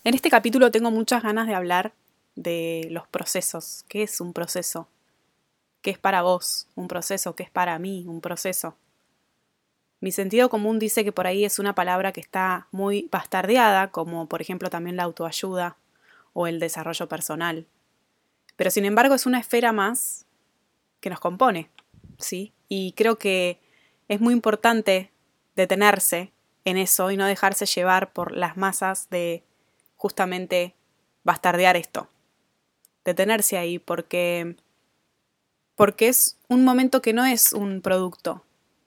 En este capítulo tengo muchas ganas de hablar de los procesos. ¿Qué es un proceso? ¿Qué es para vos un proceso? ¿Qué es para mí un proceso? Mi sentido común dice que por ahí es una palabra que está muy bastardeada, como por ejemplo también la autoayuda o el desarrollo personal. Pero sin embargo es una esfera más que nos compone, ¿sí? Y creo que es muy importante detenerse en eso y no dejarse llevar por las masas de justamente bastardear esto. Detenerse ahí porque es un momento que no es un producto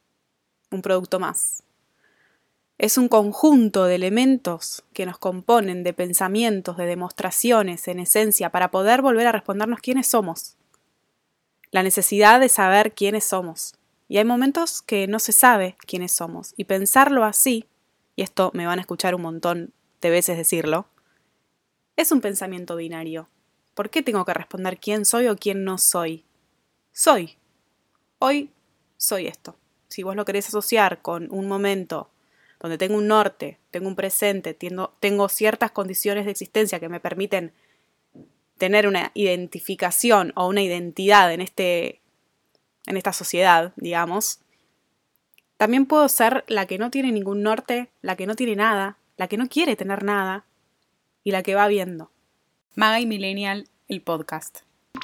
más. Es un conjunto de elementos que nos componen, de pensamientos, de demostraciones, en esencia, para poder volver a respondernos quiénes somos. La necesidad de saber quiénes somos. Y hay momentos que no se sabe quiénes somos. Y pensarlo así, y esto me van a escuchar un montón de veces decirlo, es un pensamiento binario. ¿Por qué tengo que responder quién soy o quién no soy? Soy. Hoy soy esto. Si vos lo querés asociar con un momento donde tengo un norte, tengo un presente, tengo ciertas condiciones de existencia que me permiten tener una identificación o una identidad en esta sociedad, digamos, también puedo ser la que no tiene ningún norte, la que no tiene nada, la que no quiere tener nada y la que va viendo. Maga y Millennial, el podcast.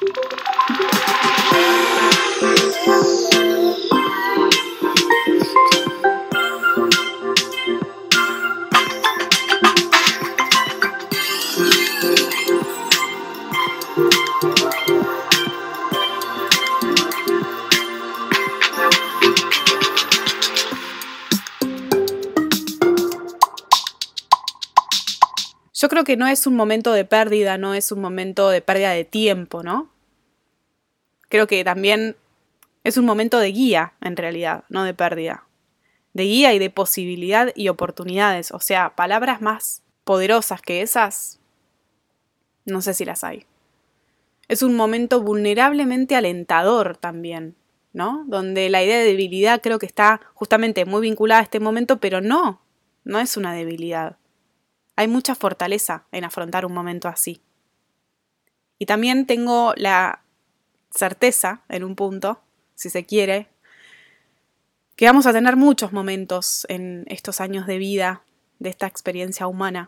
Yo creo que no es un momento de pérdida, no es un momento de pérdida de tiempo, ¿no? Creo que también es un momento de guía, en realidad, no de pérdida. De guía y de posibilidad y oportunidades. O sea, palabras más poderosas que esas, no sé si las hay. Es un momento vulnerablemente alentador también, ¿no? Donde la idea de debilidad creo que está justamente muy vinculada a este momento, pero no es una debilidad. Hay mucha fortaleza en afrontar un momento así. Y también tengo la certeza, en un punto, si se quiere, que vamos a tener muchos momentos en estos años de vida, de esta experiencia humana,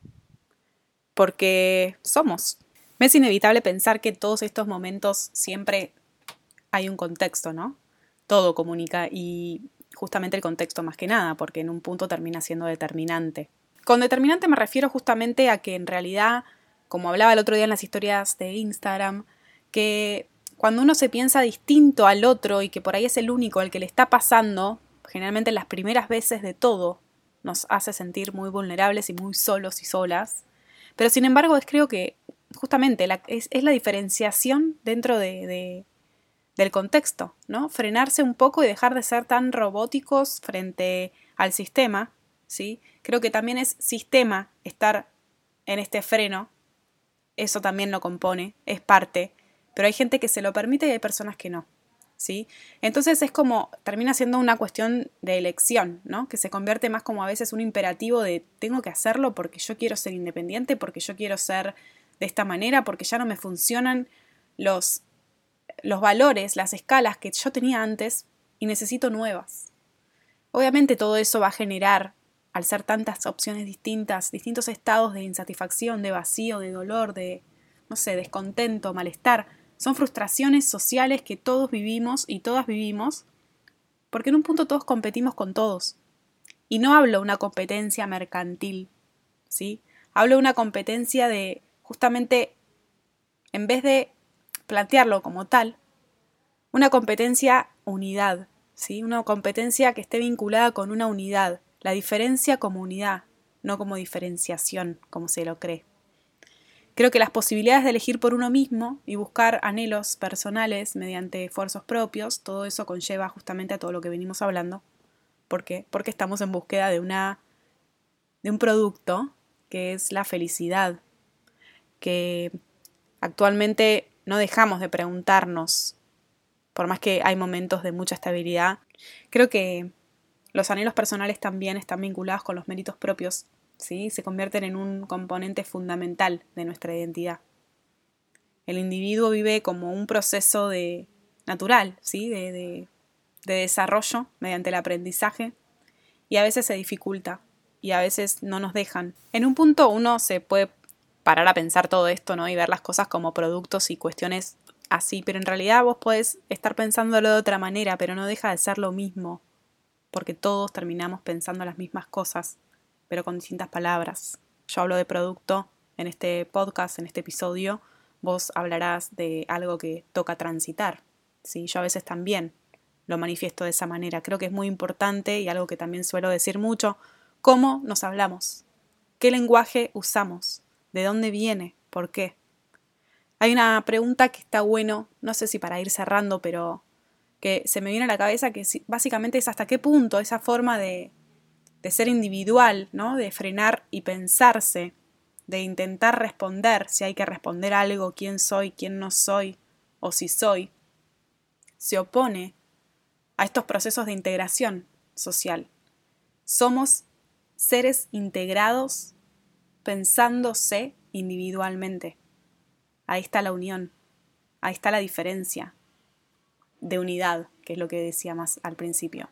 porque somos. Me es inevitable pensar que todos estos momentos siempre hay un contexto, ¿no? Todo comunica y justamente el contexto más que nada, porque en un punto termina siendo determinante. Con determinante me refiero justamente a que en realidad, como hablaba el otro día en las historias de Instagram, que cuando uno se piensa distinto al otro y que por ahí es el único al que le está pasando, generalmente las primeras veces de todo nos hace sentir muy vulnerables y muy solos y solas. Pero sin embargo creo que justamente es la diferenciación dentro del contexto, ¿no? Frenarse un poco y dejar de ser tan robóticos frente al sistema, ¿sí? Creo que también es sistema estar en este freno, eso también lo compone, es parte, pero hay gente que se lo permite y hay personas que no, ¿sí? Entonces es como, termina siendo una cuestión de elección, ¿no? Que se convierte más como a veces un imperativo de tengo que hacerlo porque yo quiero ser independiente, porque yo quiero ser de esta manera, porque ya no me funcionan los valores, las escalas que yo tenía antes y necesito nuevas. Obviamente todo eso va a generar, al ser tantas opciones distintas, distintos estados de insatisfacción, de vacío, de dolor, de, no sé, descontento, malestar. Son frustraciones sociales que todos vivimos y todas vivimos, porque en un punto todos competimos con todos. Y no hablo de una competencia mercantil, ¿sí? Hablo de una competencia de, justamente, en vez de plantearlo como tal, una competencia unidad, ¿sí? Una competencia que esté vinculada con una unidad, la diferencia como unidad, no como diferenciación, como se lo cree. Creo que las posibilidades de elegir por uno mismo y buscar anhelos personales mediante esfuerzos propios, todo eso conlleva justamente a todo lo que venimos hablando. ¿Por qué? Porque estamos en búsqueda de un producto que es la felicidad, que actualmente no dejamos de preguntarnos, por más que hay momentos de mucha estabilidad. Creo que los anhelos personales también están vinculados con los méritos propios ¿sí? Se convierten en un componente fundamental de nuestra identidad. El individuo vive como un proceso natural, ¿sí? de desarrollo mediante el aprendizaje, y a veces se dificulta y a veces no nos dejan. En un punto uno se puede parar a pensar todo esto, ¿no? Y ver las cosas como productos y cuestiones así, pero en realidad vos podés estar pensándolo de otra manera, pero no deja de ser lo mismo, porque todos terminamos pensando las mismas cosas, pero con distintas palabras. Yo hablo de producto en este podcast, en este episodio, vos hablarás de algo que toca transitar, ¿sí? Yo a veces también lo manifiesto de esa manera. Creo que es muy importante y algo que también suelo decir mucho, cómo nos hablamos, qué lenguaje usamos, de dónde viene, por qué. Hay una pregunta que está bueno, no sé si para ir cerrando, pero que se me viene a la cabeza, que básicamente es hasta qué punto esa forma de ser individual, ¿no? De frenar y pensarse, de intentar responder si hay que responder algo, quién soy, quién no soy, o si soy, se opone a estos procesos de integración social. Somos seres integrados pensándose individualmente. Ahí está la unión, ahí está la diferencia de unidad, que es lo que decía más al principio.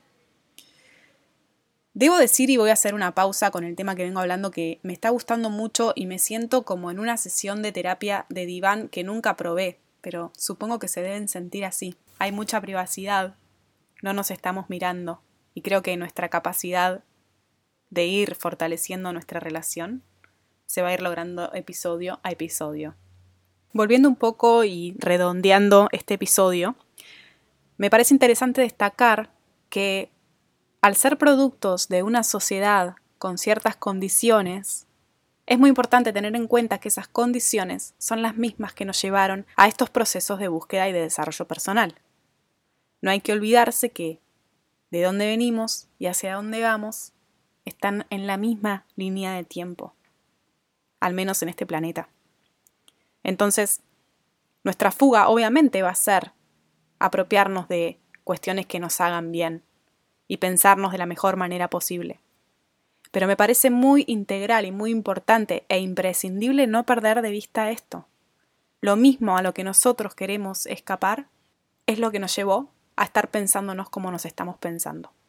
Debo decir, y voy a hacer una pausa con el tema que vengo hablando, que me está gustando mucho y me siento como en una sesión de terapia de diván que nunca probé, pero supongo que se deben sentir así. Hay mucha privacidad, no nos estamos mirando, y creo que nuestra capacidad de ir fortaleciendo nuestra relación se va a ir logrando episodio a episodio. Volviendo un poco y redondeando este episodio, me parece interesante destacar que al ser productos de una sociedad con ciertas condiciones, es muy importante tener en cuenta que esas condiciones son las mismas que nos llevaron a estos procesos de búsqueda y de desarrollo personal. No hay que olvidarse que de dónde venimos y hacia dónde vamos están en la misma línea de tiempo, al menos en este planeta. Entonces, nuestra fuga obviamente va a ser apropiarnos de cuestiones que nos hagan bien y pensarnos de la mejor manera posible. Pero me parece muy integral y muy importante e imprescindible no perder de vista esto. Lo mismo a lo que nosotros queremos escapar es lo que nos llevó a estar pensándonos como nos estamos pensando.